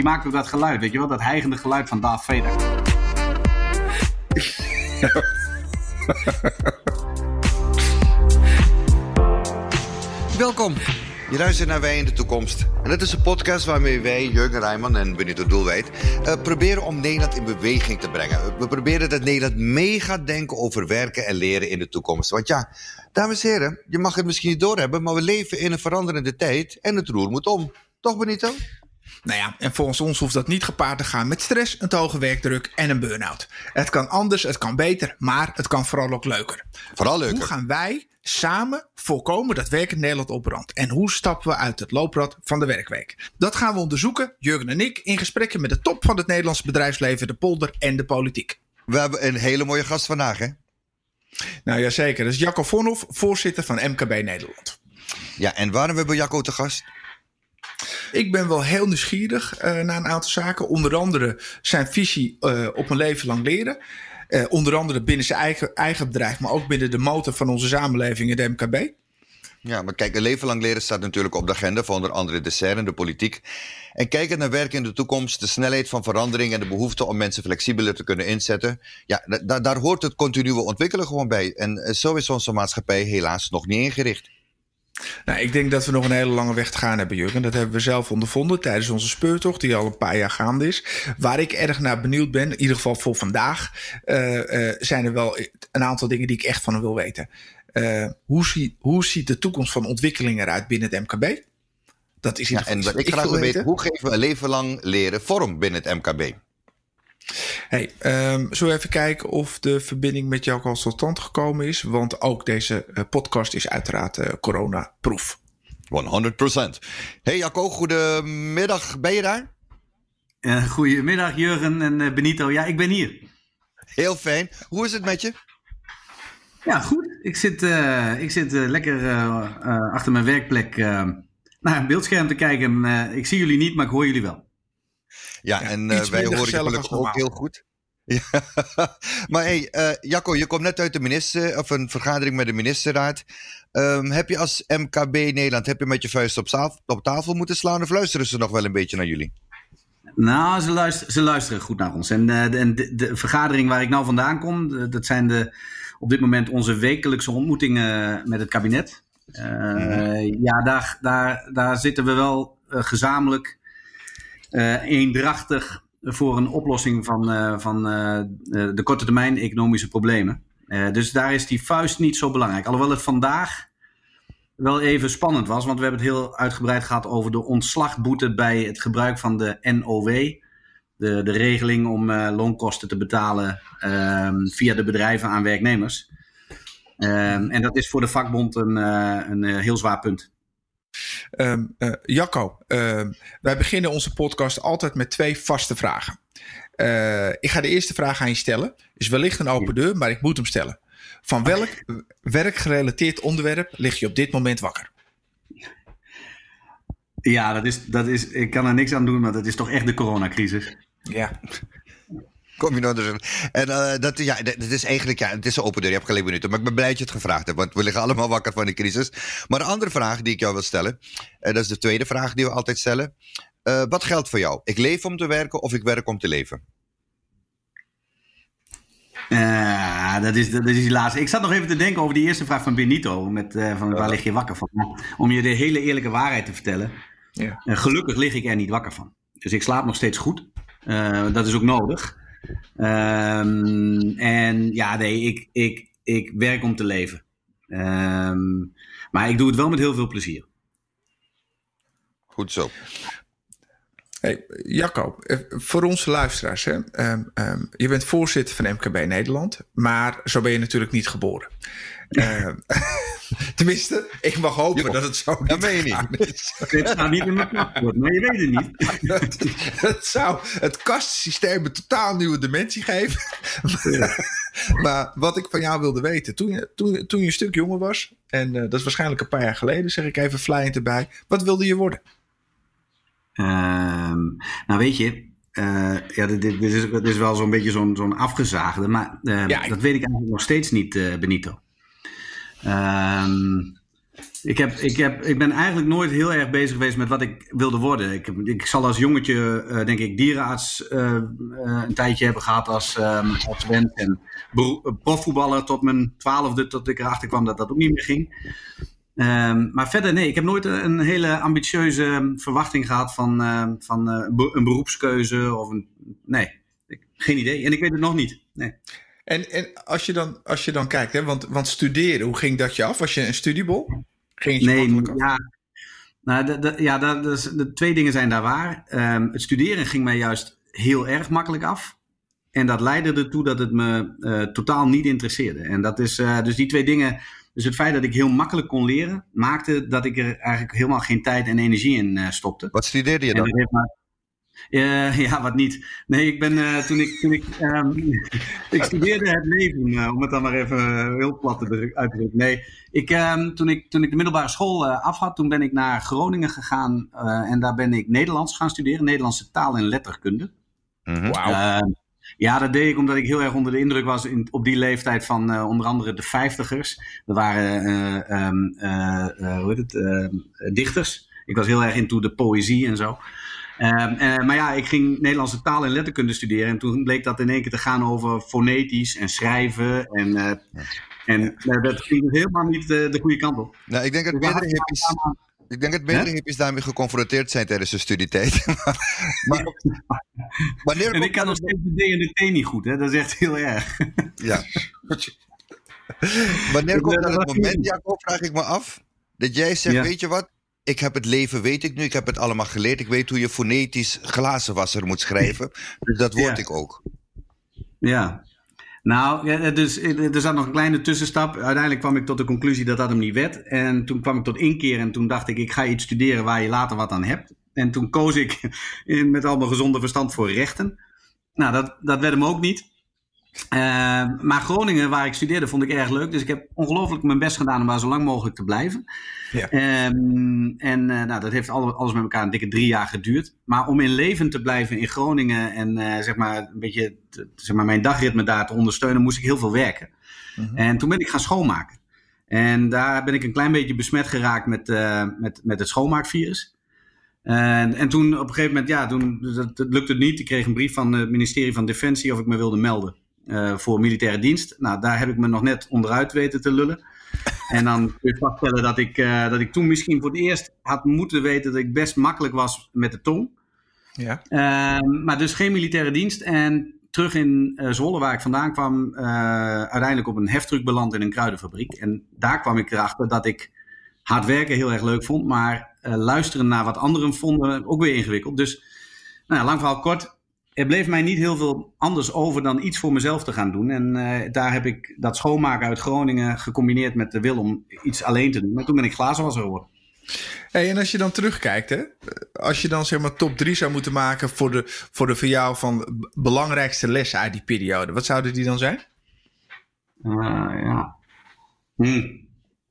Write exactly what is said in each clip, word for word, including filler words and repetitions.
maakt ook dat geluid, weet je wel? Dat hijgende geluid van Darth Vader. Welkom. Je luistert naar Wij in de Toekomst. En dat is een podcast waarmee wij, Jurgen Rijman en Benito Doelwijd, uh, proberen om Nederland in beweging te brengen. We proberen dat Nederland mee gaat denken over werken en leren in de toekomst. Want ja, dames en heren, je mag het misschien niet doorhebben, maar we leven in een veranderende tijd en het roer moet om. Toch, Benito? Nou ja, en volgens ons hoeft dat niet gepaard te gaan met stress, een te hoge werkdruk en een burn-out. Het kan anders, het kan beter, maar het kan vooral ook leuker. Vooral leuker. Hoe gaan wij samen voorkomen dat werk in Nederland opbrandt? En hoe stappen we uit het looprad van de werkweek? Dat gaan we onderzoeken, Jurgen en ik, in gesprekken met de top van het Nederlandse bedrijfsleven, de polder en de politiek. We hebben een hele mooie gast vandaag, hè? Nou ja, zeker. Dat is Jacco Vonhoff, voorzitter van M K B Nederland. Ja, en waarom hebben we Jacco te gast? Ik ben wel heel nieuwsgierig uh, naar een aantal zaken. Onder andere zijn visie uh, op een leven lang leren. Uh, onder andere binnen zijn eigen, eigen bedrijf, maar ook binnen de motor van onze samenleving, de M K B. Ja, maar kijk, een leven lang leren staat natuurlijk op de agenda van onder andere de S E R en de politiek. En kijken naar werk in de toekomst, de snelheid van verandering en de behoefte om mensen flexibeler te kunnen inzetten. Ja, da- daar hoort het continue ontwikkelen gewoon bij. En uh, zo is onze maatschappij helaas nog niet ingericht. Nou, ik denk dat we nog een hele lange weg te gaan hebben, Jurgen. Dat hebben we zelf ondervonden tijdens onze speurtocht, die al een paar jaar gaande is. Waar ik erg naar benieuwd ben, in ieder geval voor vandaag, uh, uh, zijn er wel een aantal dingen die ik echt van hem wil weten. Uh, hoe, zie, hoe ziet de toekomst van ontwikkeling eruit binnen het M K B? Dat is in ja, en wat ik, ik graag wil weten, hoe geven we een leven lang leren vorm binnen het M K B? Hey, um, zullen we even kijken of de verbinding met jou al tot stand gekomen is? Want ook deze uh, podcast is uiteraard uh, coronaproof. honderd procent. Hey Jacco, goedemiddag. Ben je daar? Uh, goedemiddag Jurgen en uh, Benito. Ja, ik ben hier. Heel fijn. Hoe is het met je? Ja, goed. Ik zit, uh, ik zit uh, lekker uh, uh, achter mijn werkplek uh, naar een beeldscherm te kijken. Uh, ik zie jullie niet, maar ik hoor jullie wel. Ja, ja, en uh, wij horen je gelukkig ook heel goed. Ja. Maar hey, uh, Jacco, je komt net uit de minister, of een vergadering met de ministerraad. Um, heb je als M K B Nederland, heb je met je vuist op tafel, op tafel moeten slaan of luisteren ze nog wel een beetje naar jullie? Nou, ze luisteren, ze luisteren goed naar ons. En, uh, de, en de, de vergadering waar ik nou vandaan kom, de, dat zijn de, op dit moment onze wekelijkse ontmoetingen met het kabinet. Uh, mm-hmm. Ja, daar, daar, daar zitten we wel uh, gezamenlijk Uh, eendrachtig voor een oplossing van, uh, van uh, de korte termijn economische problemen. Uh, dus daar is die vuist niet zo belangrijk. Alhoewel het vandaag wel even spannend was, want we hebben het heel uitgebreid gehad over de ontslagboete bij het gebruik van de N O W. De, de regeling om uh, loonkosten te betalen uh, via de bedrijven aan werknemers. Uh, en dat is voor de vakbond een, uh, een uh, heel zwaar punt. Um, uh, Jacco, uh, wij beginnen onze podcast altijd met twee vaste vragen. Uh, ik ga de eerste vraag aan je stellen. Is wellicht een open deur, maar ik moet hem stellen. Van welk werkgerelateerd onderwerp lig je op dit moment wakker? Ja, dat is, dat is, ik kan er niks aan doen, maar dat is toch echt de coronacrisis. Ja. Kom je nou dus. En uh, dat, ja, dat is eigenlijk, ja, het is een open deur. Je hebt geen minuten. Maar ik ben blij dat je het gevraagd hebt. Want we liggen allemaal wakker van de crisis. Maar een andere vraag die ik jou wil stellen. Uh, dat is de tweede vraag die we altijd stellen. Uh, wat geldt voor jou? Ik leef om te werken of ik werk om te leven? Uh, dat, is, dat is die laatste. Ik zat nog even te denken over die eerste vraag van Benito. Met, uh, van waar lig je wakker van? Om je de hele eerlijke waarheid te vertellen. Ja. Uh, gelukkig lig ik er niet wakker van. Dus ik slaap nog steeds goed. Uh, dat is ook nodig. Um, en ja, nee, ik, ik, ik werk om te leven. Um, maar ik doe het wel met heel veel plezier. Goed zo. Hey, Jacco, voor onze luisteraars. Hè, um, um, je bent voorzitter van M K B Nederland. Maar zo ben je natuurlijk niet geboren. Uh, tenminste, ik mag hopen jo, dat het zo niet dat ben je niet. Het staat niet in mijn paspoort, maar je weet het niet. het, het zou het kastensysteem een totaal nieuwe dimensie geven. maar, maar wat ik van jou wilde weten, toen je, toen, toen je een stuk jonger was, en uh, dat is waarschijnlijk een paar jaar geleden, zeg ik even vlijend erbij, wat wilde je worden? Uh, nou weet je, Uh, ja, dit, dit, is, dit is wel zo'n beetje zo'n, zo'n afgezaagde, maar uh, ja, ik... dat weet ik eigenlijk nog steeds niet, uh, Benito. Um, Ik, heb, ik, heb, ik ben eigenlijk nooit heel erg bezig geweest met wat ik wilde worden. Ik, ik zal als jongetje, uh, denk ik, dierenarts uh, uh, een tijdje hebben gehad als, um, als wens. En beroep, profvoetballer tot mijn twaalfde, tot ik erachter kwam dat dat ook niet meer ging. Um, maar verder, nee, ik heb nooit een hele ambitieuze verwachting gehad van, uh, van uh, een beroepskeuze. Of een, nee, ik, geen idee. En ik weet het nog niet. Nee. En, en als, je dan, als je dan kijkt, hè, want, want studeren, hoe ging dat je af? Was je een studiebol? Ging je nee, ja. Nou, de, de, ja, de, de, de twee dingen zijn daar waar. Um, het studeren ging mij juist heel erg makkelijk af. En dat leidde ertoe dat het me uh, totaal niet interesseerde. En dat is, uh, dus die twee dingen, dus het feit dat ik heel makkelijk kon leren, maakte dat ik er eigenlijk helemaal geen tijd en energie in uh, stopte. Wat studeerde je dan? En dat heeft maar, Uh, ja, wat niet. Nee, ik ben uh, toen ik, toen ik, um, ik studeerde het leven, uh, om het dan maar even uh, heel plat te uitdrukken. Nee, ik, um, toen, ik, toen ik de middelbare school uh, af had, toen ben ik naar Groningen gegaan uh, en daar ben ik Nederlands gaan studeren, Nederlandse taal en letterkunde. Mm-hmm. Wauw. Uh, ja, dat deed ik omdat ik heel erg onder de indruk was in, op die leeftijd van uh, onder andere de vijftigers. Er waren uh, um, uh, uh, hoe heet het, uh, dichters. Ik was heel erg into de poëzie en zo. Uh, uh, maar ja, ik ging Nederlandse taal en letterkunde studeren. En toen bleek dat in één keer te gaan over fonetisch en schrijven. En, uh, en uh, dat ging helemaal niet uh, de goede kant op. Nou, ik denk dat meerdere hippies, ik denk dat meerdere hippies daarmee geconfronteerd zijn tijdens hun studietijd. maar, wanneer en ik kan nog steeds de D en de T niet goed, hè? Dat is echt heel erg. Ja. Wanneer komt er het moment, Jacob, vraag ik me af, dat jij zegt, ja. Weet je wat? Ik heb het leven, weet ik nu. Ik heb het allemaal geleerd. Ik weet hoe je fonetisch glazenwasser moet schrijven. Dus dat word ja. ik ook. Ja. Nou, ja, dus, er zat nog een kleine tussenstap. Uiteindelijk kwam ik tot de conclusie dat dat hem niet werd. En toen kwam ik tot inkeer en toen dacht ik, ik ga iets studeren waar je later wat aan hebt. En toen koos ik in, met al mijn gezonde verstand voor rechten. Nou, dat, dat werd hem ook niet. Uh, maar Groningen, waar ik studeerde, vond ik erg leuk. Dus ik heb ongelooflijk mijn best gedaan om daar zo lang mogelijk te blijven. Ja. Um, en uh, nou, dat heeft alles met elkaar een dikke drie jaar geduurd. Maar om in leven te blijven in Groningen en uh, zeg maar een beetje te, zeg maar mijn dagritme daar te ondersteunen, moest ik heel veel werken. Uh-huh. En toen ben ik gaan schoonmaken. En daar ben ik een klein beetje besmet geraakt met, uh, met, met het schoonmaakvirus. En, en toen op een gegeven moment, ja, toen dat, dat lukte het niet. Ik kreeg een brief van het ministerie van Defensie of ik me wilde melden. Uh, voor militaire dienst. Nou, daar heb ik me nog net onderuit weten te lullen. En dan kun je vaststellen dat ik, uh, dat ik toen misschien voor het eerst had moeten weten dat ik best makkelijk was met de tong. Ja. Uh, maar dus geen militaire dienst. En terug in uh, Zwolle, waar ik vandaan kwam, uh, uiteindelijk op een heftruck beland in een kruidenfabriek. En daar kwam ik erachter dat ik hard werken heel erg leuk vond. Maar uh, luisteren naar wat anderen vonden ook weer ingewikkeld. Dus, nou ja, lang verhaal kort. Er bleef mij niet heel veel anders over dan iets voor mezelf te gaan doen. En uh, daar heb ik dat schoonmaken uit Groningen gecombineerd met de wil om iets alleen te doen. En toen ben ik glazenwasser geworden. Hey, en als je dan terugkijkt, hè? Als je dan zeg maar top drie zou moeten maken voor de, voor de voor jou van belangrijkste lessen uit die periode. Wat zouden die dan zijn? Uh, ja. Hm.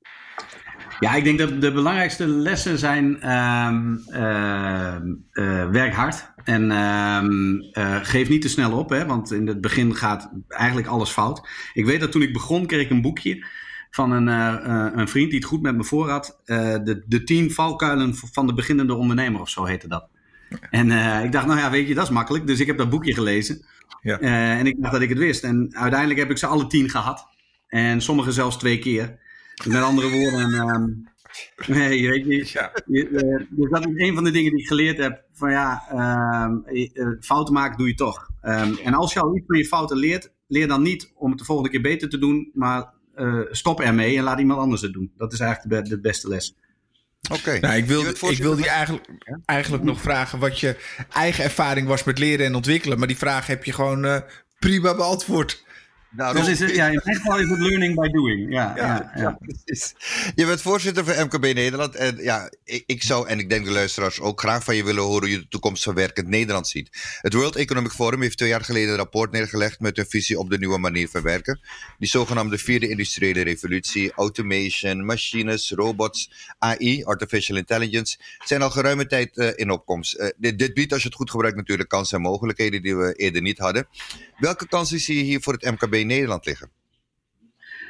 Ja, ik denk dat de belangrijkste lessen zijn um, uh, uh, werk hard en um, uh, geef niet te snel op, hè, want in het begin gaat eigenlijk alles fout. Ik weet dat toen ik begon kreeg ik een boekje van een, uh, uh, een vriend die het goed met me voor had. Uh, de, de tien valkuilen van de beginnende ondernemer of zo heette dat. En uh, ik dacht, nou ja, weet je, dat is makkelijk. Dus ik heb dat boekje gelezen ja. uh, en ik dacht dat ik het wist. En uiteindelijk heb ik ze alle tien gehad en sommige zelfs twee keer. Met andere woorden, um, nee, weet je, ja. je uh, dus dat is een van de dingen die ik geleerd heb. Van ja, uh, uh, fouten maken doe je toch. Um, en als je al iets van je fouten leert, leer dan niet om het de volgende keer beter te doen, maar uh, stop ermee en laat iemand anders het doen. Dat is eigenlijk de, de beste les. Oké. Okay. Nou, ik wilde, ik wilde je eigenlijk, eigenlijk nog vragen wat je eigen ervaring was met leren en ontwikkelen. Maar die vraag heb je gewoon uh, prima beantwoord. Nou, dus is het, ja, in mijn geval is het learning by doing. Ja, ja, ja, ja. ja precies. Je bent voorzitter van M K B Nederland. En ja, ik, ik zou, en ik denk de luisteraars ook, graag van je willen horen hoe je de toekomst van werkend Nederland ziet. Het World Economic Forum heeft twee jaar geleden een rapport neergelegd met een visie op de nieuwe manier van werken. Die zogenaamde vierde industriële revolutie, automation, machines, robots, A I, artificial intelligence, zijn al geruime tijd uh, in opkomst. Uh, dit, dit biedt, als je het goed gebruikt, natuurlijk kansen en mogelijkheden die we eerder niet hadden. Welke kansen zie je hier voor het M K B Nederland liggen?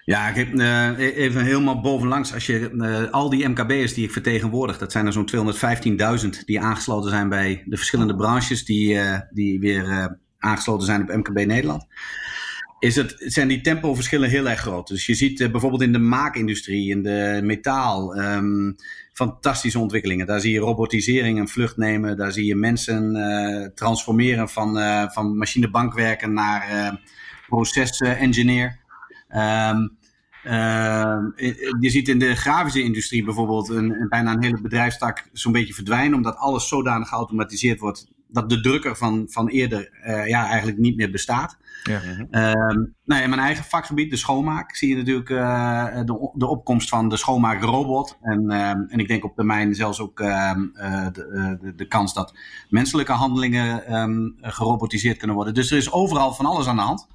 Ja, ik heb uh, even helemaal bovenlangs. Als je uh, al die M K B'ers die ik vertegenwoordig, dat zijn er zo'n tweehonderdvijftienduizend die aangesloten zijn bij de verschillende branches die, uh, die weer uh, aangesloten zijn op M K B Nederland. Is het, zijn die tempoverschillen heel erg groot. Dus je ziet uh, bijvoorbeeld in de maakindustrie, in de metaal, um, fantastische ontwikkelingen. Daar zie je robotisering een vlucht nemen. Daar zie je mensen uh, transformeren van, uh, van machinebankwerken naar uh, proces-engineer. Um, uh, je ziet in de grafische industrie bijvoorbeeld een, een, bijna een hele bedrijfstak zo'n beetje verdwijnen, omdat alles zodanig geautomatiseerd wordt dat de drukker van, van eerder uh, ja, eigenlijk niet meer bestaat. Ja. Um, nou ja, in mijn eigen vakgebied, de schoonmaak, zie je natuurlijk uh, de, de opkomst van de schoonmaakrobot. En, uh, en ik denk op termijn zelfs ook uh, uh, de, de, de kans dat menselijke handelingen um, gerobotiseerd kunnen worden. Dus er is overal van alles aan de hand.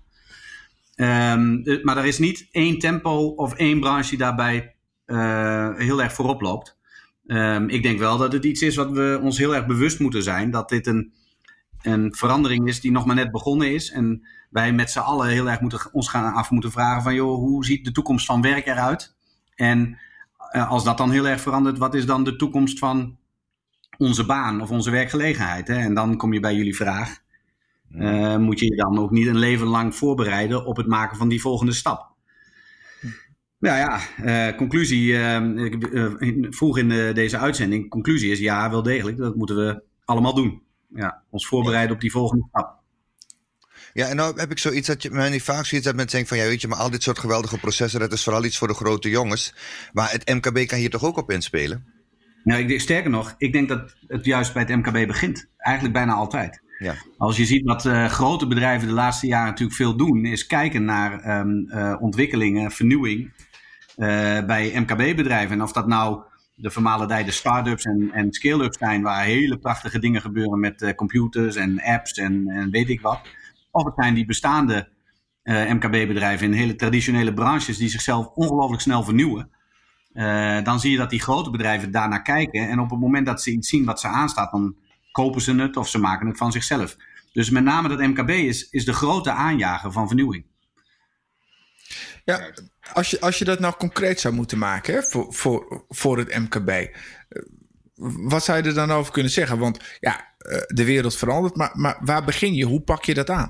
Um, maar er is niet één tempo of één branche die daarbij uh, heel erg voorop loopt. Um, ik denk wel dat het iets is wat we ons heel erg bewust moeten zijn. Dat dit een, een verandering is die nog maar net begonnen is. En wij met z'n allen heel erg moeten, ons gaan af moeten vragen van, joh, hoe ziet de toekomst van werk eruit? En uh, als dat dan heel erg verandert, wat is dan de toekomst van onze baan of onze werkgelegenheid? Hè? En dan kom je bij jullie vraag. Uh, moet je je dan ook niet een leven lang voorbereiden op het maken van die volgende stap? Nou ja, uh, conclusie, uh, uh, vroeg in de, deze uitzending, conclusie is ja, wel degelijk, dat moeten we allemaal doen. Ja, ons voorbereiden op die volgende stap. Ja, en nou heb ik zoiets dat je mij vaak zoiets dat mensen denken van, ja, weet je, maar al dit soort geweldige processen, dat is vooral iets voor de grote jongens. Maar het M K B kan hier toch ook op inspelen? Nou, ik denk, sterker nog, ik denk dat het juist bij het M K B begint. Eigenlijk bijna altijd. Ja. Als je ziet wat uh, grote bedrijven de laatste jaren natuurlijk veel doen, is kijken naar um, uh, ontwikkelingen, vernieuwing uh, bij M K B-bedrijven. En of dat nou de vermalendijde start-ups en, en scale-ups zijn, waar hele prachtige dingen gebeuren met uh, computers en apps en, en weet ik wat. Of het zijn die bestaande uh, M K B-bedrijven in hele traditionele branches die zichzelf ongelooflijk snel vernieuwen. Uh, dan zie je dat die grote bedrijven daarnaar kijken. En op het moment dat ze iets zien wat ze aanstaat, dan kopen ze het of ze maken het van zichzelf. Dus met name dat M K B is, is de grote aanjager van vernieuwing. Ja, als je, als je dat nou concreet zou moeten maken, hè, voor, voor, voor het M K B. Wat zou je er dan over kunnen zeggen? Want ja, de wereld verandert, maar, maar waar begin je? Hoe pak je dat aan?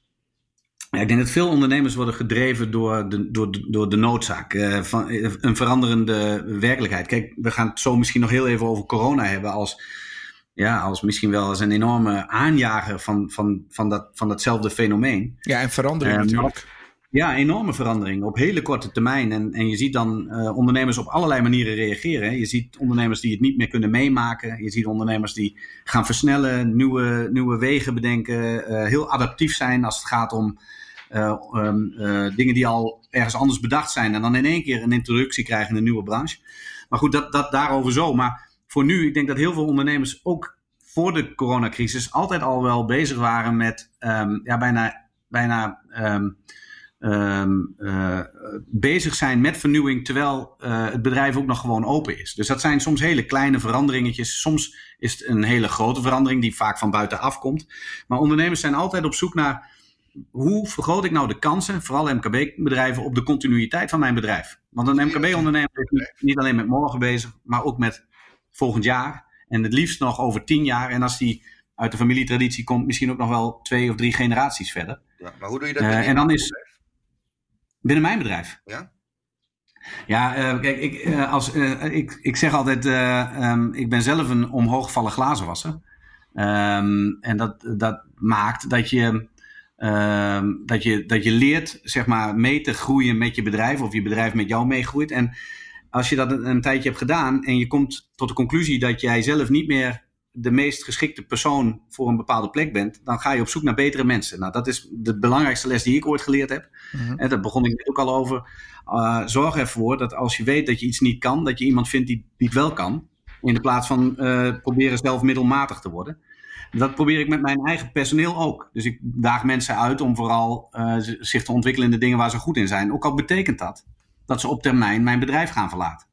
Ja, ik denk dat veel ondernemers worden gedreven door de, door de, door de noodzaak uh, van een veranderende werkelijkheid. Kijk, we gaan het zo misschien nog heel even over corona hebben als, ja, als misschien wel als een enorme aanjager van, van, van, dat, van datzelfde fenomeen. Ja, en verandering uh, natuurlijk. Maar, ja, enorme verandering op hele korte termijn. En, en je ziet dan uh, ondernemers op allerlei manieren reageren. Hè. Je ziet ondernemers die het niet meer kunnen meemaken. Je ziet ondernemers die gaan versnellen, nieuwe, nieuwe wegen bedenken. Uh, heel adaptief zijn als het gaat om uh, um, uh, dingen die al ergens anders bedacht zijn. En dan in één keer een introductie krijgen in een nieuwe branche. Maar goed, dat, dat daarover zo. Maar voor nu, ik denk dat heel veel ondernemers ook voor de coronacrisis altijd al wel bezig waren met um, ja, bijna... bijna um, Um, uh, bezig zijn met vernieuwing terwijl uh, het bedrijf ook nog gewoon open is. Dus dat zijn soms hele kleine veranderingetjes. Soms is het een hele grote verandering die vaak van buitenaf komt. Maar ondernemers zijn altijd op zoek naar hoe vergroot ik nou de kansen, vooral M K B-bedrijven, op de continuïteit van mijn bedrijf. Want een M K B-ondernemer is niet, niet alleen met morgen bezig, maar ook met volgend jaar. En het liefst nog over tien jaar. En als die uit de familietraditie komt, misschien ook nog wel twee of drie generaties verder. Ja, maar hoe doe je dat? Uh, en dan is binnen mijn bedrijf. Ja? Ja, uh, kijk, ik, uh, als, uh, ik, ik zeg altijd, uh, um, ik ben zelf een omhooggevallen glazenwasser. Um, en dat, dat maakt dat je, uh, dat, je, dat je leert, zeg maar, mee te groeien met je bedrijf. Of je bedrijf met jou meegroeit. En als je dat een, een tijdje hebt gedaan en je komt tot de conclusie dat jij zelf niet meer de meest geschikte persoon voor een bepaalde plek bent, dan ga je op zoek naar betere mensen. Nou, dat is de belangrijkste les die ik ooit geleerd heb. Mm-hmm. En daar begon ik ook al over. Uh, zorg ervoor dat als je weet dat je iets niet kan, dat je iemand vindt die, die het wel kan. In de plaats van uh, proberen zelf middelmatig te worden. Dat probeer ik met mijn eigen personeel ook. Dus ik daag mensen uit om vooral uh, zich te ontwikkelen in de dingen waar ze goed in zijn. Ook al betekent dat dat ze op termijn mijn bedrijf gaan verlaten.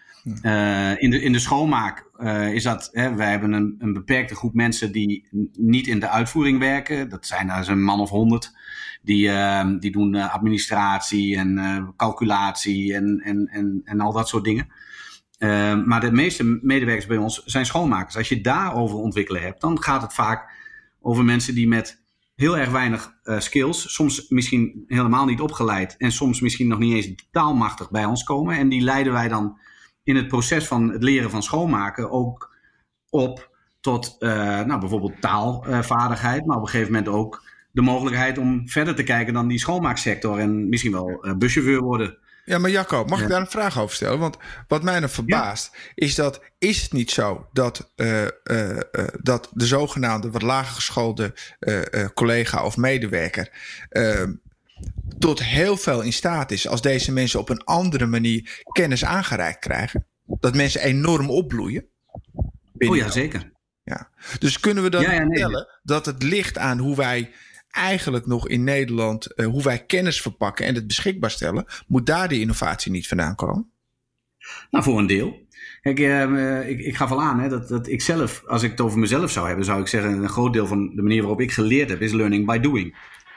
Uh, in, de, in de schoonmaak uh, is dat, hè, wij hebben een, een beperkte groep mensen die n- niet in de uitvoering werken. Dat zijn er een man of honderd Die, uh, die doen uh, administratie en uh, calculatie en, en, en, en al dat soort dingen. Uh, maar de meeste medewerkers bij ons zijn schoonmakers. Als je daarover ontwikkelen hebt, dan gaat het vaak over mensen die met heel erg weinig uh, skills, soms misschien helemaal niet opgeleid en soms misschien nog niet eens taalmachtig bij ons komen. En die leiden wij dan in het proces van het leren van schoonmaken ook op tot uh, nou, bijvoorbeeld taalvaardigheid, uh, maar op een gegeven moment ook de mogelijkheid om verder te kijken dan die schoonmaaksector en misschien wel uh, buschauffeur worden. Ja, maar Jacco, mag ja. ik daar een vraag over stellen? Want wat mij dan verbaast ja. is dat, is het niet zo dat, uh, uh, uh, dat de zogenaamde wat lager geschoolde uh, uh, collega of medewerker uh, tot heel veel in staat is als deze mensen op een andere manier kennis aangereikt krijgen? Dat mensen enorm opbloeien? Oh ja, zeker. Ja. Dus kunnen we dan ja, ja, nee. vertellen dat het ligt aan hoe wij eigenlijk nog in Nederland, uh, hoe wij kennis verpakken en het beschikbaar stellen, moet daar die innovatie niet vandaan komen? Nou, voor een deel. Kijk, uh, ik, ik gaf al aan hè, dat, dat ik zelf, als ik het over mezelf zou hebben, zou ik zeggen, een groot deel van de manier waarop ik geleerd heb, is learning by doing.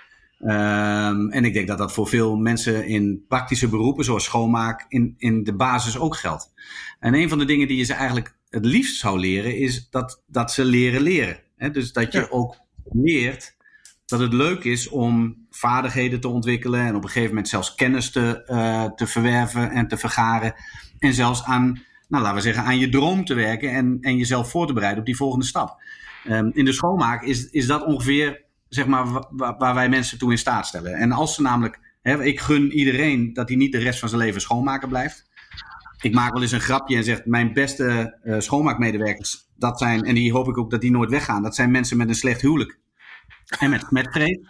Um, en ik denk dat dat voor veel mensen in praktische beroepen, zoals schoonmaak, in, in de basis ook geldt. En een van de dingen die je ze eigenlijk het liefst zou leren, is dat, dat ze leren leren. Hè? Dus dat je ja. ook leert dat het leuk is om vaardigheden te ontwikkelen en op een gegeven moment zelfs kennis te, uh, te verwerven en te vergaren. En zelfs aan, nou, laten we zeggen, aan je droom te werken en, en jezelf voor te bereiden op die volgende stap. Um, in de schoonmaak is, is dat ongeveer, zeg maar, waar, waar wij mensen toe in staat stellen. En als ze namelijk, hè, ik gun iedereen dat hij niet de rest van zijn leven schoonmaker blijft. Ik maak wel eens een grapje en zeg, mijn beste uh, schoonmaakmedewerkers, dat zijn, en die hoop ik ook dat die nooit weggaan, dat zijn mensen met een slecht huwelijk. En met smetvrees.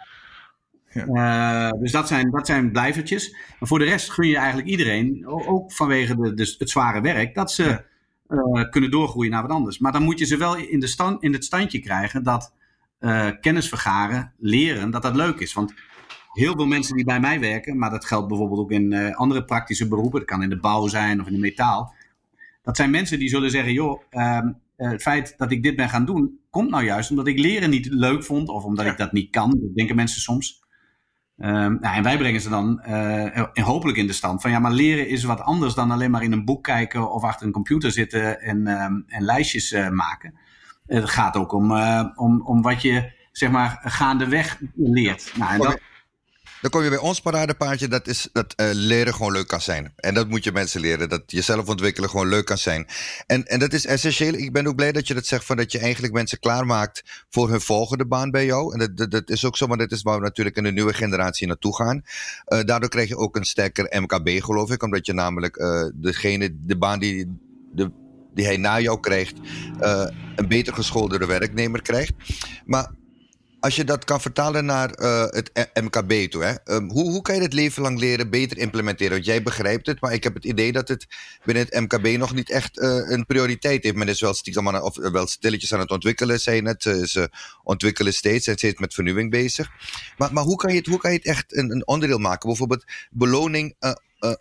Ja. Uh, dus dat zijn, dat zijn blijvertjes. Maar voor de rest gun je eigenlijk iedereen, ook vanwege de, de, het zware werk, dat ze ja. uh, kunnen doorgroeien naar wat anders. Maar dan moet je ze wel in, de stand, in het standje krijgen dat uh, kennis vergaren, leren, dat dat leuk is. Want heel veel mensen die bij mij werken, maar dat geldt bijvoorbeeld ook in uh, andere praktische beroepen, dat kan in de bouw zijn of in de metaal. Dat zijn mensen die zullen zeggen, joh, uh, uh, het feit dat ik dit ben gaan doen, komt nou juist omdat ik leren niet leuk vond of omdat ja. ik dat niet kan. Dat denken mensen soms. Um, nou, en wij brengen ze dan uh, hopelijk in de stand van ja, maar leren is wat anders dan alleen maar in een boek kijken of achter een computer zitten en, um, en lijstjes uh, maken. Het gaat ook om, uh, om, om wat je, zeg maar, gaandeweg leert. Nou, en okay. dat, Dan kom je bij ons paradepaardje, dat is dat uh, leren gewoon leuk kan zijn. En dat moet je mensen leren, dat jezelf ontwikkelen gewoon leuk kan zijn. En, en dat is essentieel. Ik ben ook blij dat je dat zegt, van dat je eigenlijk mensen klaarmaakt voor hun volgende baan bij jou. En dat, dat, dat is ook zo, maar dat is waar we natuurlijk in de nieuwe generatie naartoe gaan. Uh, daardoor krijg je ook een sterker M K B, geloof ik. Omdat je namelijk uh, degene, de baan die, de, die hij na jou krijgt, uh, een beter geschoolde werknemer krijgt. Maar als je dat kan vertalen naar uh, het M K B toe, hè? Um, hoe, hoe kan je het leven lang leren beter implementeren? Want jij begrijpt het, maar ik heb het idee dat het binnen het M K B nog niet echt uh, een prioriteit heeft. Men is wel, stiekem aan, of wel stilletjes aan het ontwikkelen, zei je net. Uh, ze ontwikkelen steeds, zijn steeds met vernieuwing bezig. Maar, maar hoe, kan je het, hoe kan je het echt een, een onderdeel maken? Bijvoorbeeld beloning, uh, uh,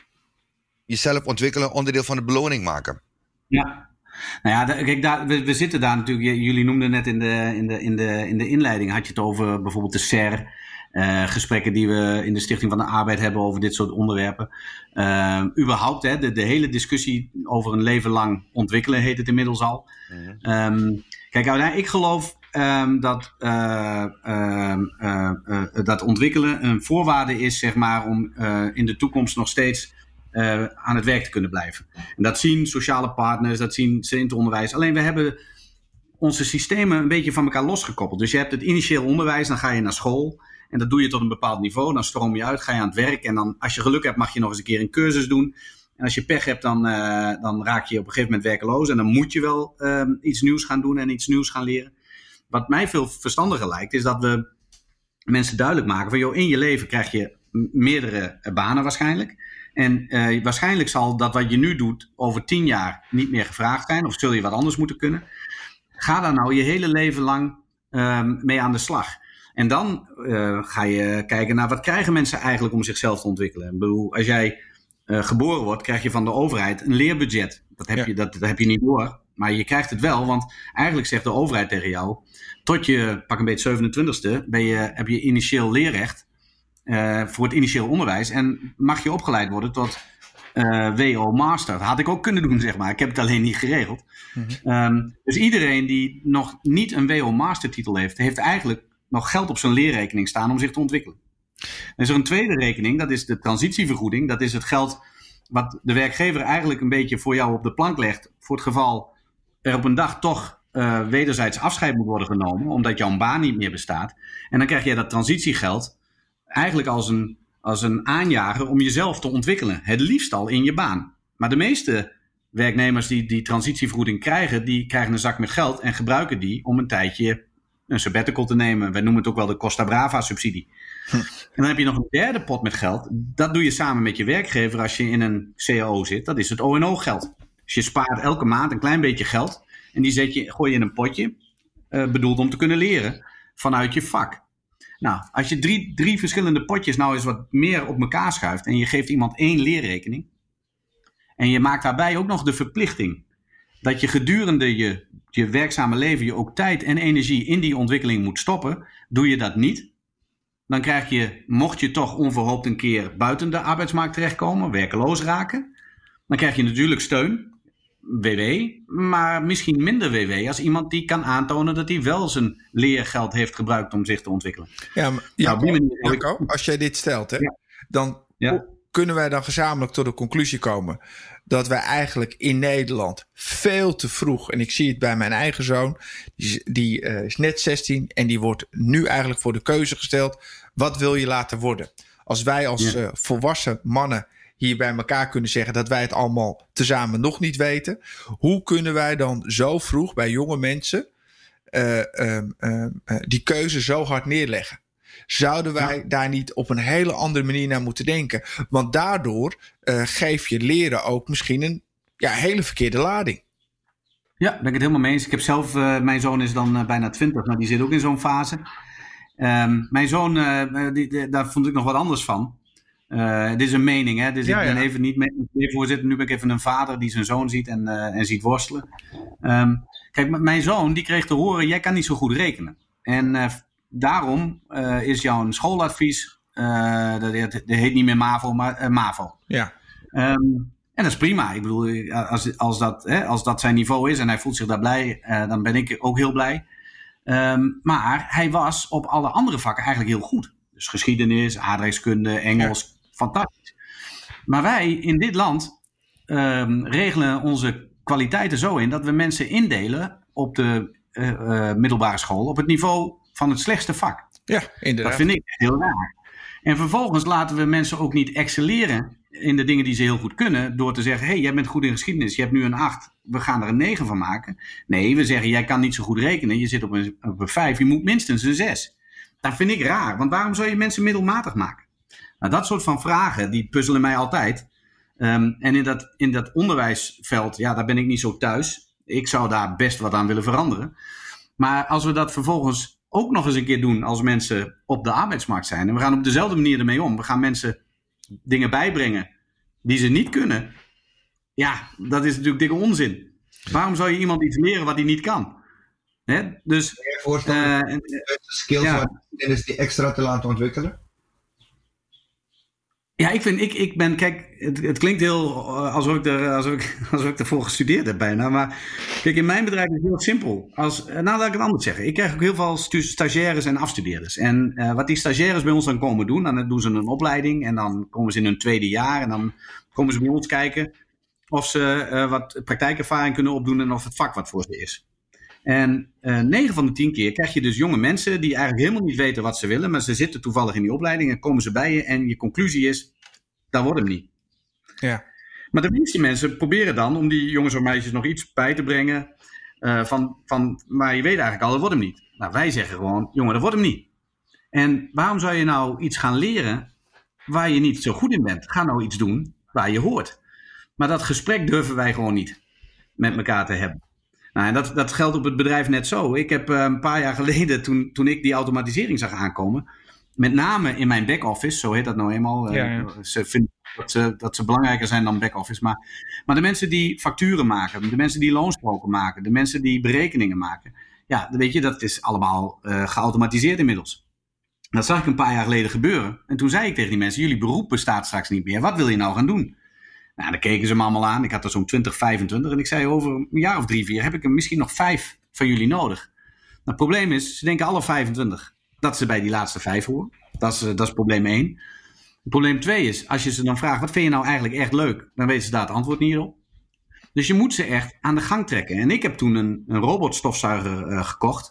jezelf ontwikkelen, onderdeel van de beloning maken. Ja. Nou ja, kijk, daar, we, we zitten daar natuurlijk. Jullie noemden net in de, in de, in de, in de inleiding, had je het over bijvoorbeeld de S E R, uh, gesprekken die we in de Stichting van de Arbeid hebben over dit soort onderwerpen. Uh, überhaupt, hè, de, de hele discussie over een leven lang ontwikkelen heet het inmiddels al. Mm-hmm. Um, kijk, ik geloof um, dat, uh, uh, uh, uh, dat ontwikkelen een voorwaarde is, zeg maar, om uh, in de toekomst nog steeds Uh, aan het werk te kunnen blijven. En dat zien sociale partners, dat zien ze in het onderwijs. Alleen we hebben onze systemen een beetje van elkaar losgekoppeld. Dus je hebt het initieel onderwijs, dan ga je naar school. En dat doe je tot een bepaald niveau. Dan stroom je uit, ga je aan het werk. En dan, als je geluk hebt, mag je nog eens een keer een cursus doen. En als je pech hebt, dan, uh, dan raak je op een gegeven moment werkeloos. En dan moet je wel uh, iets nieuws gaan doen en iets nieuws gaan leren. Wat mij veel verstandiger lijkt, is dat we mensen duidelijk maken van, joh, in je leven krijg je meerdere banen waarschijnlijk. En uh, waarschijnlijk zal dat wat je nu doet over tien jaar niet meer gevraagd zijn. Of zul je wat anders moeten kunnen. Ga daar nou je hele leven lang uh, mee aan de slag. En dan uh, ga je kijken naar wat krijgen mensen eigenlijk om zichzelf te ontwikkelen. Ik bedoel, als jij uh, geboren wordt, krijg je van de overheid een leerbudget. Dat heb, ja. je, dat, dat heb je niet door. Maar je krijgt het wel, want eigenlijk zegt de overheid tegen jou, tot je pak een beetje zevenentwintigste ben je, heb je initieel leerrecht uh, voor het initieel onderwijs. En mag je opgeleid worden tot uh, W O Master. Dat had ik ook kunnen doen, zeg maar. Ik heb het alleen niet geregeld. Mm-hmm. Um, dus iedereen die nog niet een W O Master titel heeft, heeft eigenlijk nog geld op zijn leerrekening staan om zich te ontwikkelen. Dan is er een tweede rekening, dat is de transitievergoeding. Dat is het geld wat de werkgever eigenlijk een beetje voor jou op de plank legt, voor het geval er op een dag toch uh, wederzijds afscheid moet worden genomen, omdat jouw baan niet meer bestaat. En dan krijg je dat transitiegeld eigenlijk als een, als een aanjager om jezelf te ontwikkelen. Het liefst al in je baan. Maar de meeste werknemers die die transitievergoeding krijgen, die krijgen een zak met geld en gebruiken die om een tijdje een sabbatical te nemen. Wij noemen het ook wel de Costa Brava subsidie. Hm. En dan heb je nog een derde pot met geld. Dat doe je samen met je werkgever als je in een C A O zit. Dat is het O en O geld. Dus je spaart elke maand een klein beetje geld. En die zet je, gooi je in een potje. Uh, bedoeld om te kunnen leren vanuit je vak. Nou, als je drie, drie verschillende potjes nou eens wat meer op elkaar schuift. En je geeft iemand één leerrekening. En je maakt daarbij ook nog de verplichting. Dat je gedurende je, je werkzame leven je ook tijd en energie in die ontwikkeling moet stoppen. Doe je dat niet, dan krijg je, mocht je toch onverhoopt een keer buiten de arbeidsmarkt terechtkomen, werkeloos raken, dan krijg je natuurlijk steun, W W, maar misschien minder W W als iemand die kan aantonen dat hij wel zijn leergeld heeft gebruikt om zich te ontwikkelen. Ja, maar, ja, nou, manier, Jacco, ik... als jij dit stelt, hè, ja. dan ja. kunnen wij dan gezamenlijk tot de conclusie komen dat wij eigenlijk in Nederland veel te vroeg, en ik zie het bij mijn eigen zoon, die, die uh, is net zestien en die wordt nu eigenlijk voor de keuze gesteld, wat wil je laten worden? Als wij als ja. uh, volwassen mannen hier bij elkaar kunnen zeggen dat wij het allemaal tezamen nog niet weten, hoe kunnen wij dan zo vroeg bij jonge mensen uh, uh, uh, uh, die keuze zo hard neerleggen? Zouden wij ja. daar niet op een hele andere manier naar moeten denken? Want daardoor uh, geef je leren ook misschien een ja, hele verkeerde lading. Ja, daar ben ik het helemaal mee eens. Ik heb zelf, uh, mijn zoon is dan uh, bijna twintig, maar die zit ook in zo'n fase. Um, mijn zoon, uh, die, die, daar vond ik nog wat anders van. Uh, dit is een mening, hè? Dus ja, ik ben ja. even niet mee voorzitter. Nu ben ik even een vader die zijn zoon ziet en, uh, en ziet worstelen. Um, kijk, m- mijn zoon die kreeg te horen, jij kan niet zo goed rekenen. En uh, daarom uh, is jouw schooladvies, uh, dat, dat heet niet meer MAVO, maar uh, MAVO. Ja. Um, en dat is prima. Ik bedoel, als, als, dat, hè, als dat zijn niveau is en hij voelt zich daar blij, uh, dan ben ik ook heel blij. Um, maar hij was op alle andere vakken eigenlijk heel goed. Dus geschiedenis, aardrijkskunde, Engels, ja. fantastisch. Maar wij in dit land um, regelen onze kwaliteiten zo in dat we mensen indelen op de uh, uh, middelbare school op het niveau van het slechtste vak. Ja, inderdaad. Dat vind ik heel raar. En vervolgens laten we mensen ook niet excelleren in de dingen die ze heel goed kunnen, door te zeggen, hé, hey, jij bent goed in geschiedenis, je hebt nu een acht, we gaan er een negen van maken. Nee, we zeggen, jij kan niet zo goed rekenen, je zit op een, op een vijf, je moet minstens een zes. Dat vind ik raar, want waarom zou je mensen middelmatig maken? Nou, dat soort van vragen, die puzzelen mij altijd. Um, en in dat, in dat onderwijsveld, ja, daar ben ik niet zo thuis. Ik zou daar best wat aan willen veranderen. Maar als we dat vervolgens ook nog eens een keer doen als mensen op de arbeidsmarkt zijn, en we gaan op dezelfde manier ermee om, we gaan mensen dingen bijbrengen die ze niet kunnen. Ja, dat is natuurlijk dikke onzin. Waarom zou je iemand iets leren wat hij niet kan? Hè? Dus, je voorstellen uh, de skills ja. is die extra te laten ontwikkelen? Ja, ik vind, ik, ik ben, kijk, het, het klinkt heel alsof ik, er, alsof, ik, alsof ik ervoor gestudeerd heb bijna. Maar kijk, in mijn bedrijf is het heel simpel. Als, nou, laat ik het anders zeggen. Ik krijg ook heel veel stu- stagiaires en afstudeerders. En uh, wat die stagiaires bij ons dan komen doen, dan doen ze een opleiding. En dan komen ze in hun tweede jaar. En dan komen ze bij ons kijken of ze uh, wat praktijkervaring kunnen opdoen en of het vak wat voor ze is. En uh, negen van de tien keer krijg je dus jonge mensen die eigenlijk helemaal niet weten wat ze willen, maar ze zitten toevallig in die opleiding en komen ze bij je en je conclusie is, dat wordt hem niet. Ja. Maar de meeste mensen proberen dan om die jongens of meisjes nog iets bij te brengen uh, van, van, maar je weet eigenlijk al, dat wordt hem niet. Nou, wij zeggen gewoon, jongen, dat wordt hem niet. En waarom zou je nou iets gaan leren waar je niet zo goed in bent? Ga nou iets doen waar je hoort. Maar dat gesprek durven wij gewoon niet met elkaar te hebben. Nou, en dat, dat geldt op het bedrijf net zo. Ik heb uh, een paar jaar geleden, toen, toen ik die automatisering zag aankomen, met name in mijn back-office, zo heet dat nou eenmaal. Ja, ja. Uh, ze vinden dat ze, dat ze belangrijker zijn dan back-office. Maar, maar de mensen die facturen maken, de mensen die loonstroken maken, de mensen die berekeningen maken. Ja, weet je, dat is allemaal uh, geautomatiseerd inmiddels. Dat zag ik een paar jaar geleden gebeuren. En toen zei ik tegen die mensen, jullie beroep bestaat straks niet meer. Wat wil je nou gaan doen? Nou, dan keken ze me allemaal aan. Ik had er zo'n twintig, vijfentwintig. En ik zei, over een jaar of drie, vier heb ik er misschien nog vijf van jullie nodig. Nou, het probleem is, ze denken alle vijfentwintig dat ze bij die laatste vijf horen. Dat is, dat is probleem één. Probleem twee is, als je ze dan vraagt, wat vind je nou eigenlijk echt leuk? Dan weten ze daar het antwoord niet op. Dus je moet ze echt aan de gang trekken. En ik heb toen een, een robotstofzuiger uh, gekocht.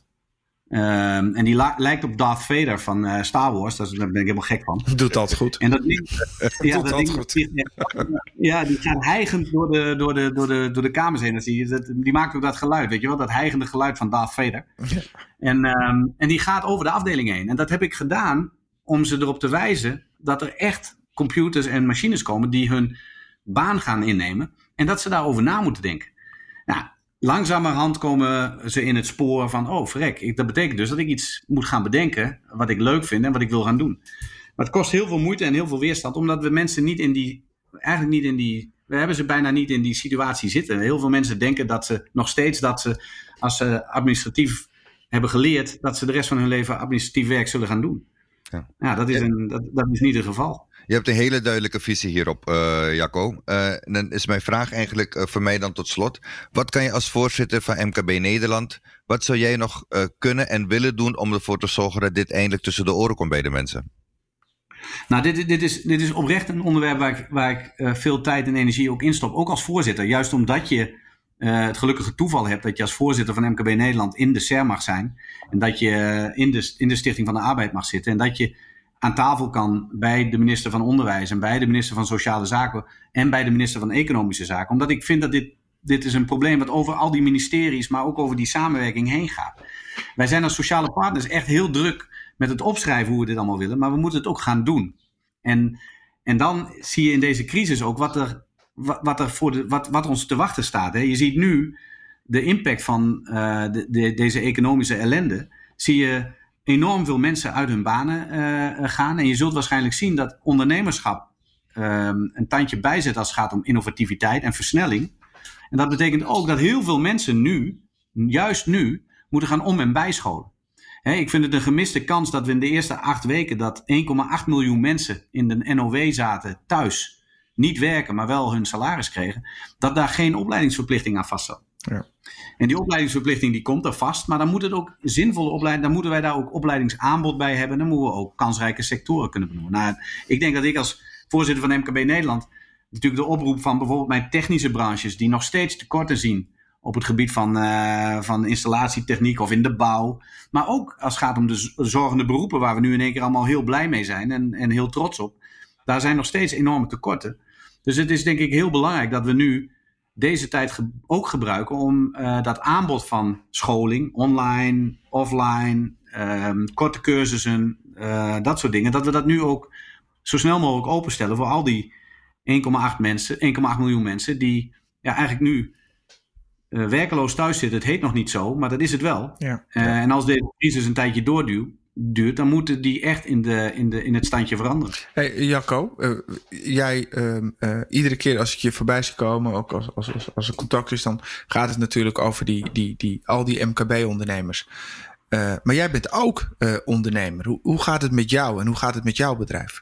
Um, en die la- lijkt op Darth Vader van uh, Star Wars. Daar ben ik helemaal gek van. Doet dat goed. En dat ding, ja, Doet dat dat ding, goed. Die, ja, die gaat hijgend door de, door de, door de, door de kamers heen. Die, dat, die maakt ook dat geluid, weet je wel? Dat hijgende geluid van Darth Vader. Ja. En, um, en die gaat over de afdeling heen. En dat heb ik gedaan om ze erop te wijzen dat er echt computers en machines komen die hun baan gaan innemen. En dat ze daarover na moeten denken. Nou, langzamerhand komen ze in het spoor van, oh verrek, ik, dat betekent dus dat ik iets moet gaan bedenken wat ik leuk vind en wat ik wil gaan doen. Maar het kost heel veel moeite en heel veel weerstand, omdat we mensen niet in die, eigenlijk niet in die, we hebben ze bijna niet in die situatie zitten. Heel veel mensen denken dat ze nog steeds, dat ze als ze administratief hebben geleerd, dat ze de rest van hun leven administratief werk zullen gaan doen. Ja, ja dat, is een, dat, dat is niet het geval. Je hebt een hele duidelijke visie hierop, uh, Jacco. Uh, dan is mijn vraag eigenlijk uh, voor mij dan tot slot. Wat kan je als voorzitter van M K B Nederland, wat zou jij nog uh, kunnen en willen doen om ervoor te zorgen dat dit eindelijk tussen de oren komt bij de mensen? Nou, dit, dit, is, dit is oprecht een onderwerp waar ik, waar ik uh, veel tijd en energie ook instop. Ook als voorzitter. Juist omdat je uh, het gelukkige toeval hebt dat je als voorzitter van M K B Nederland in de S E R mag zijn. En dat je uh, in, de, in de Stichting van de Arbeid mag zitten. En dat je aan tafel kan bij de minister van Onderwijs en bij de minister van Sociale Zaken en bij de minister van Economische Zaken. Omdat ik vind dat dit, dit is een probleem wat over al die ministeries, maar ook over die samenwerking heen gaat. Wij zijn als sociale partners echt heel druk met het opschrijven hoe we dit allemaal willen, maar we moeten het ook gaan doen. En, en dan zie je in deze crisis ook wat er, wat, wat er voor de, wat, wat ons te wachten staat. Hè. Je ziet nu de impact van uh, de, de, deze economische ellende, zie je enorm veel mensen uit hun banen uh, gaan. En je zult waarschijnlijk zien dat ondernemerschap um, een tandje bijzet als het gaat om innovativiteit en versnelling. En dat betekent ook dat heel veel mensen nu, juist nu, moeten gaan om- en bijscholen. He, ik vind het een gemiste kans dat we in de eerste acht weken dat één komma acht miljoen mensen in de N O W zaten thuis, niet werken, maar wel hun salaris kregen, dat daar geen opleidingsverplichting aan vast zat. Ja. En die opleidingsverplichting die komt er vast, maar dan moet het ook zinvolle opleiding, dan moeten wij daar ook opleidingsaanbod bij hebben. Dan moeten we ook kansrijke sectoren kunnen benoemen. Nou, ik denk dat ik als voorzitter van M K B Nederland natuurlijk de oproep van bijvoorbeeld mijn technische branches, die nog steeds tekorten zien op het gebied van, uh, van installatietechniek of in de bouw. Maar ook als het gaat om de zorgende beroepen, waar we nu in één keer allemaal heel blij mee zijn en, en heel trots op. Daar zijn nog steeds enorme tekorten. Dus het is denk ik heel belangrijk dat we nu deze tijd ge- ook gebruiken om uh, dat aanbod van scholing, online, offline, um, korte cursussen, uh, dat soort dingen, dat we dat nu ook zo snel mogelijk openstellen voor al die één komma acht mensen, één komma acht miljoen mensen die ja, eigenlijk nu uh, werkeloos thuis zitten. Het heet nog niet zo, maar dat is het wel. Ja, ja. Uh, en als deze crisis een tijdje doorduwt, duurt, dan moeten die echt in, de, in, de, in het standje veranderen. Hey, Jacco, uh, jij uh, uh, iedere keer als ik je voorbij zie komen, ook als, als, als, als er contact is, dan gaat het natuurlijk over die, die, die, al die M K B-ondernemers. Uh, maar jij bent ook uh, ondernemer. Hoe, hoe gaat het met jou en hoe gaat het met jouw bedrijf?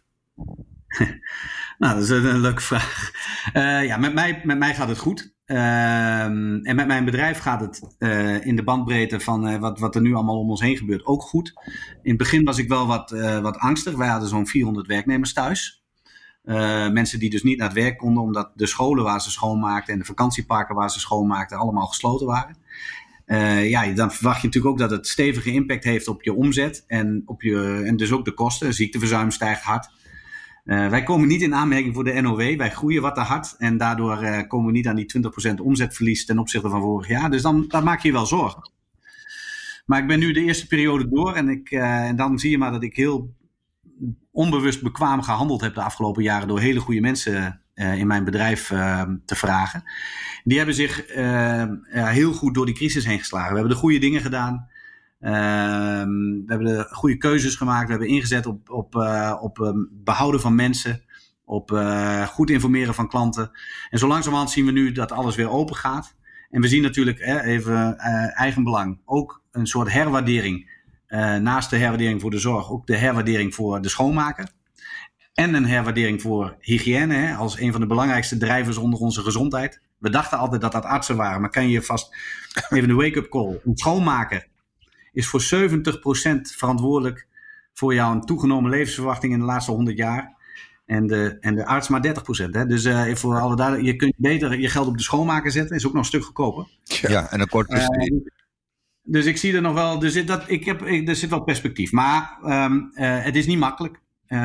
Nou, dat is een, een leuke vraag. Uh, ja, met mij, met mij gaat het goed. Uh, en met mijn bedrijf gaat het uh, in de bandbreedte van uh, wat, wat er nu allemaal om ons heen gebeurt ook goed. In het begin was ik wel wat, uh, wat angstig. Wij hadden zo'n vierhonderd werknemers thuis. Uh, mensen die dus niet naar het werk konden omdat de scholen waar ze schoonmaakten en de vakantieparken waar ze schoonmaakten allemaal gesloten waren. Uh, ja, dan verwacht je natuurlijk ook dat het stevige impact heeft op je omzet en, op je, en dus ook de kosten. Ziekteverzuim stijgt hard. Uh, wij komen niet in aanmerking voor de N O W. Wij groeien wat te hard. En daardoor uh, komen we niet aan die twintig procent omzetverlies ten opzichte van vorig jaar. Dus dan, dan maak je je wel zorgen. Maar ik ben nu de eerste periode door. En, ik, uh, en dan zie je maar dat ik heel onbewust bekwaam gehandeld heb de afgelopen jaren. Door hele goede mensen uh, in mijn bedrijf uh, te vragen. Die hebben zich uh, uh, heel goed door die crisis heen geslagen. We hebben de goede dingen gedaan. Uh, we hebben de goede keuzes gemaakt. We hebben ingezet op, op, uh, op um, behouden van mensen. Op uh, goed informeren van klanten. En zo langzamerhand zien we nu dat alles weer open gaat. En we zien natuurlijk, eh, even uh, eigenbelang, ook een soort herwaardering uh, naast de herwaardering voor de zorg ook de herwaardering voor de schoonmaker. En een herwaardering voor hygiëne, hè, als een van de belangrijkste drijvers onder onze gezondheid. We dachten altijd dat dat artsen waren, maar kan je vast even een wake-up call. Een schoonmaker is voor zeventig procent verantwoordelijk voor jouw toegenomen levensverwachting in de laatste honderd jaar. En de, en de arts maar dertig procent. Hè? Dus uh, voor alle duidelijk, je kunt beter je geld op de schoonmaker zetten. Is ook nog een stuk goedkoper. Ja, en een kort uh, Dus ik zie er nog wel, er zit, dat, ik heb, ik, er zit wel perspectief. Maar um, uh, het is niet makkelijk. Uh,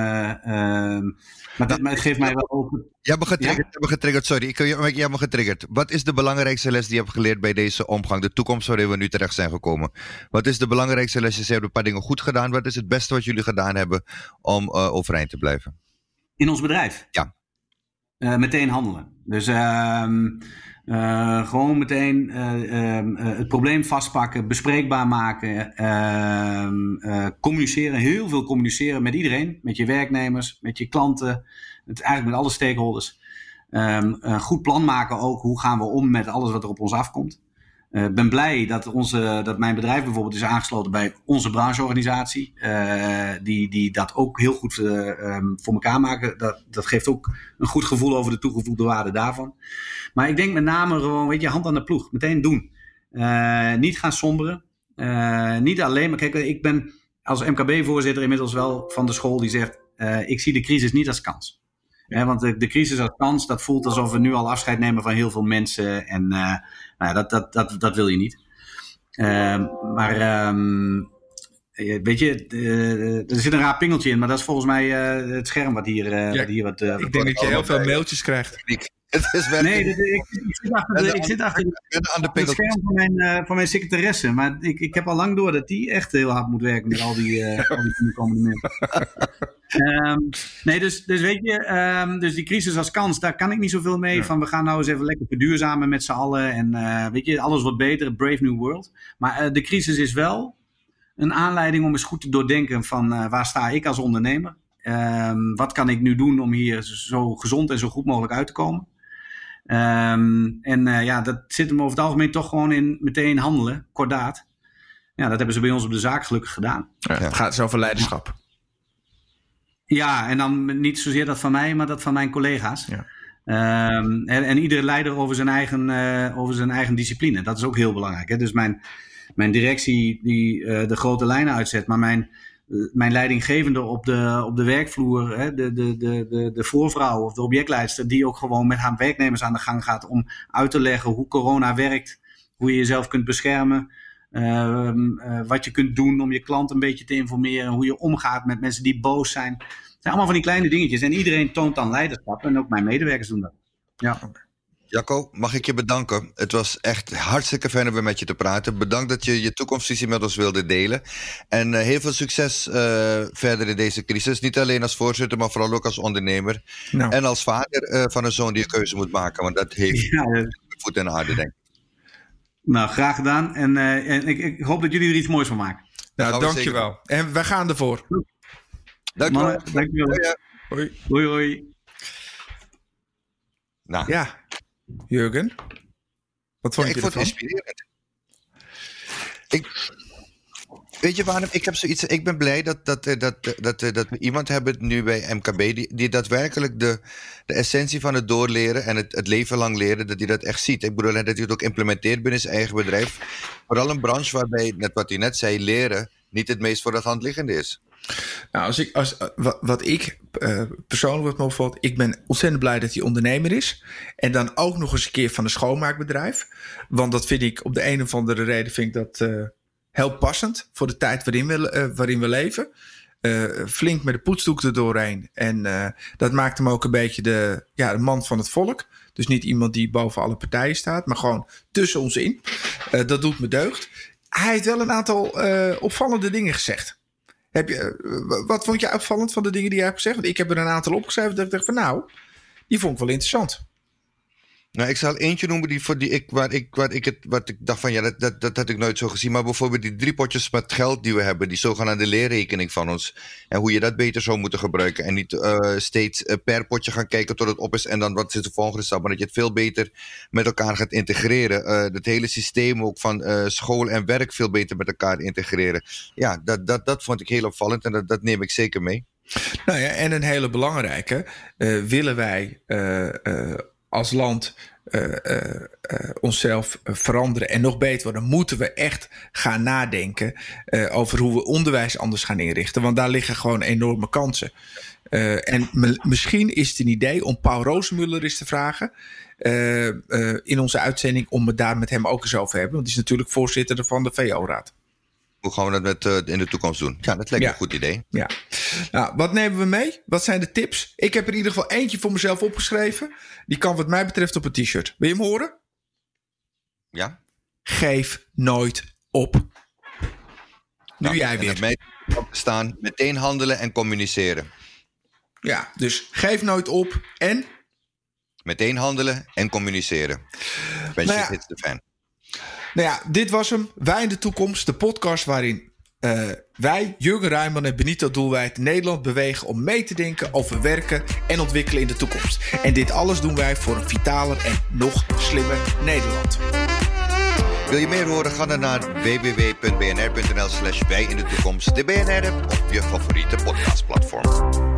uh, maar, dat, maar het geeft mij wel ook... Je hebt me getriggerd, ja? me getriggerd sorry. Ik, je, je hebt me getriggerd. Wat is de belangrijkste les die je hebt geleerd bij deze omgang? De toekomst waarin we nu terecht zijn gekomen. Wat is de belangrijkste les? Je hebt een paar dingen goed gedaan. Wat is het beste wat jullie gedaan hebben om uh, overeind te blijven? In ons bedrijf? Ja. Uh, meteen handelen. Dus uh, uh, gewoon meteen uh, uh, het probleem vastpakken, bespreekbaar maken, uh, uh, communiceren, heel veel communiceren met iedereen, met je werknemers, met je klanten, het, eigenlijk met alle stakeholders. Um, een goed plan maken ook, hoe gaan we om met alles wat er op ons afkomt. Ik uh, ben blij dat, onze, dat mijn bedrijf bijvoorbeeld is aangesloten bij onze brancheorganisatie. Uh, die, die dat ook heel goed uh, um, voor elkaar maken. Dat, dat geeft ook een goed gevoel over de toegevoegde waarde daarvan. Maar ik denk met name gewoon, weet je, hand aan de ploeg. Meteen doen. Uh, niet gaan somberen. Uh, niet alleen, maar kijk, ik ben als M K B-voorzitter inmiddels wel van de school die zegt, uh, ik zie de crisis niet als kans. Ja, want de, de crisis als kans, dat voelt alsof we nu al afscheid nemen van heel veel mensen. En uh, nou ja, dat, dat, dat, dat wil je niet. Uh, maar um, weet je, uh, er zit een raar pingeltje in. Maar dat is volgens mij uh, het scherm wat hier, uh, ja, wat, hier wat... Uh, ik denk dat je heel veel mailtjes krijgt. Het is wel... Nee, dit, ik, ik zit achter, de, ik zit achter de, het scherm van mijn, uh, van mijn secretaresse. Maar ik, ik heb al lang door dat die echt heel hard moet werken met al die, uh, al die communicomenten. um, nee, dus, dus weet je, um, dus die crisis als kans, daar kan ik niet zoveel mee. Ja. Van we gaan nou eens even lekker verduurzamen met z'n allen. En uh, weet je, alles wordt beter, Brave New World. Maar uh, de crisis is wel een aanleiding om eens goed te doordenken van uh, waar sta ik als ondernemer? Um, wat kan ik nu doen om hier zo gezond en zo goed mogelijk uit te komen? Um, en uh, ja, dat zit hem over het algemeen toch gewoon in meteen handelen, kordaat. Ja, dat hebben ze bij ons op de zaak gelukkig gedaan. Ja, het gaat dus over leiderschap. Ja, en dan niet zozeer dat van mij, maar dat van mijn collega's. Ja. Um, en, en iedere leider over zijn eigen, uh, over zijn eigen discipline. Dat is ook heel belangrijk. Hè? Dus mijn, mijn directie die uh, de grote lijnen uitzet, maar mijn... Mijn leidinggevende op de, op de werkvloer, hè, de, de, de, de, de voorvrouw of de objectleidster, die ook gewoon met haar werknemers aan de gang gaat om uit te leggen hoe corona werkt, hoe je jezelf kunt beschermen, uh, uh, wat je kunt doen om je klant een beetje te informeren, hoe je omgaat met mensen die boos zijn. Het zijn allemaal van die kleine dingetjes en iedereen toont dan leiderschap en ook mijn medewerkers doen dat. Ja. Jacco, mag ik je bedanken. Het was echt hartstikke fijn om weer met je te praten. Bedankt dat je je toekomstvisie met ons wilde delen. En uh, heel veel succes uh, verder in deze crisis. Niet alleen als voorzitter, maar vooral ook als ondernemer. Nou. En als vader uh, van een zoon die een keuze moet maken. Want dat heeft ja, uh, voet in de aarde, denk ik. Nou, graag gedaan. En, uh, en ik, ik hoop dat jullie er iets moois van maken. Nou, dankjewel. En wij gaan ervoor. Dankjewel. Mannen, dankjewel. Hoi. Hoi, hoi. Nou. Ja. Jurgen, wat vond ja, je ik ervan? Vond het inspirerend. Ik, weet je waarom? Ik heb zoiets. Ik ben blij dat, dat, dat, dat, dat, dat we iemand hebben nu bij M K B die, die daadwerkelijk de, de essentie van het doorleren en het, het leven lang leren, dat hij dat echt ziet. Ik bedoel, dat hij het ook implementeert binnen zijn eigen bedrijf. Vooral een branche waarbij, net wat hij net zei, leren niet het meest voor de hand liggende is. Nou, als ik, als, wat, wat ik uh, persoonlijk wat me opvalt, ik ben ontzettend blij dat hij ondernemer is. En dan ook nog eens een keer van een schoonmaakbedrijf. Want dat vind ik, op de een of andere reden, vind ik dat uh, heel passend voor de tijd waarin we, uh, waarin we leven. Uh, flink met de poetsdoek er doorheen. En uh, dat maakt hem ook een beetje de, ja, de man van het volk. Dus niet iemand die boven alle partijen staat, maar gewoon tussen ons in. Uh, dat doet me deugd. Hij heeft wel een aantal uh, opvallende dingen gezegd. Heb je, wat vond je opvallend van de dingen die hij heeft gezegd? Want ik heb er een aantal opgeschreven dat ik dacht van nou, die vond ik wel interessant. Nou, ik zal eentje noemen die, voor die ik, waar, ik, waar ik het, wat ik dacht van ja, dat, dat, dat had ik nooit zo gezien. Maar bijvoorbeeld die drie potjes met geld die we hebben, die zogenaamde leerrekening van ons. En hoe je dat beter zou moeten gebruiken. En niet uh, steeds uh, per potje gaan kijken tot het op is en dan wat is de volgende stap. Maar dat je het veel beter met elkaar gaat integreren. Uh, het hele systeem ook van uh, school en werk veel beter met elkaar integreren. Ja, dat, dat, dat vond ik heel opvallend en dat, dat neem ik zeker mee. Nou ja, en een hele belangrijke. Uh, willen wij uh, uh, als land uh, uh, uh, onszelf uh, veranderen en nog beter worden, moeten we echt gaan nadenken uh, over hoe we onderwijs anders gaan inrichten. Want daar liggen gewoon enorme kansen. Uh, en m- misschien is het een idee om Paul Rozenmuller eens te vragen uh, uh, in onze uitzending om het daar met hem ook eens over te hebben. Want die is natuurlijk voorzitter van de V O-raad. Hoe gaan we dat met, uh, in de toekomst doen? Ja, dat lijkt me Ja. een goed idee. Ja. Nou, wat nemen we mee? Wat zijn de tips? Ik heb er in ieder geval eentje voor mezelf opgeschreven. Die kan wat mij betreft op een t-shirt. Wil je hem horen? Ja? Geef nooit op. Nu Nou, jij en weer. dat mij op te staan, meteen handelen en communiceren. Ja, dus geef nooit op. En? Meteen handelen en communiceren. Ben je Nou ja. hits de fan. Nou ja, dit was hem. Wij in de toekomst. De podcast waarin uh, wij, Jurgen Rijman en Benito Doelwijd, Nederland bewegen om mee te denken over werken en ontwikkelen in de toekomst. En dit alles doen wij voor een vitaler en nog slimmer Nederland. Wil je meer horen? Ga dan naar w w w punt b n r punt n l slash wij in de toekomst. De B N R-app of je favoriete podcastplatform.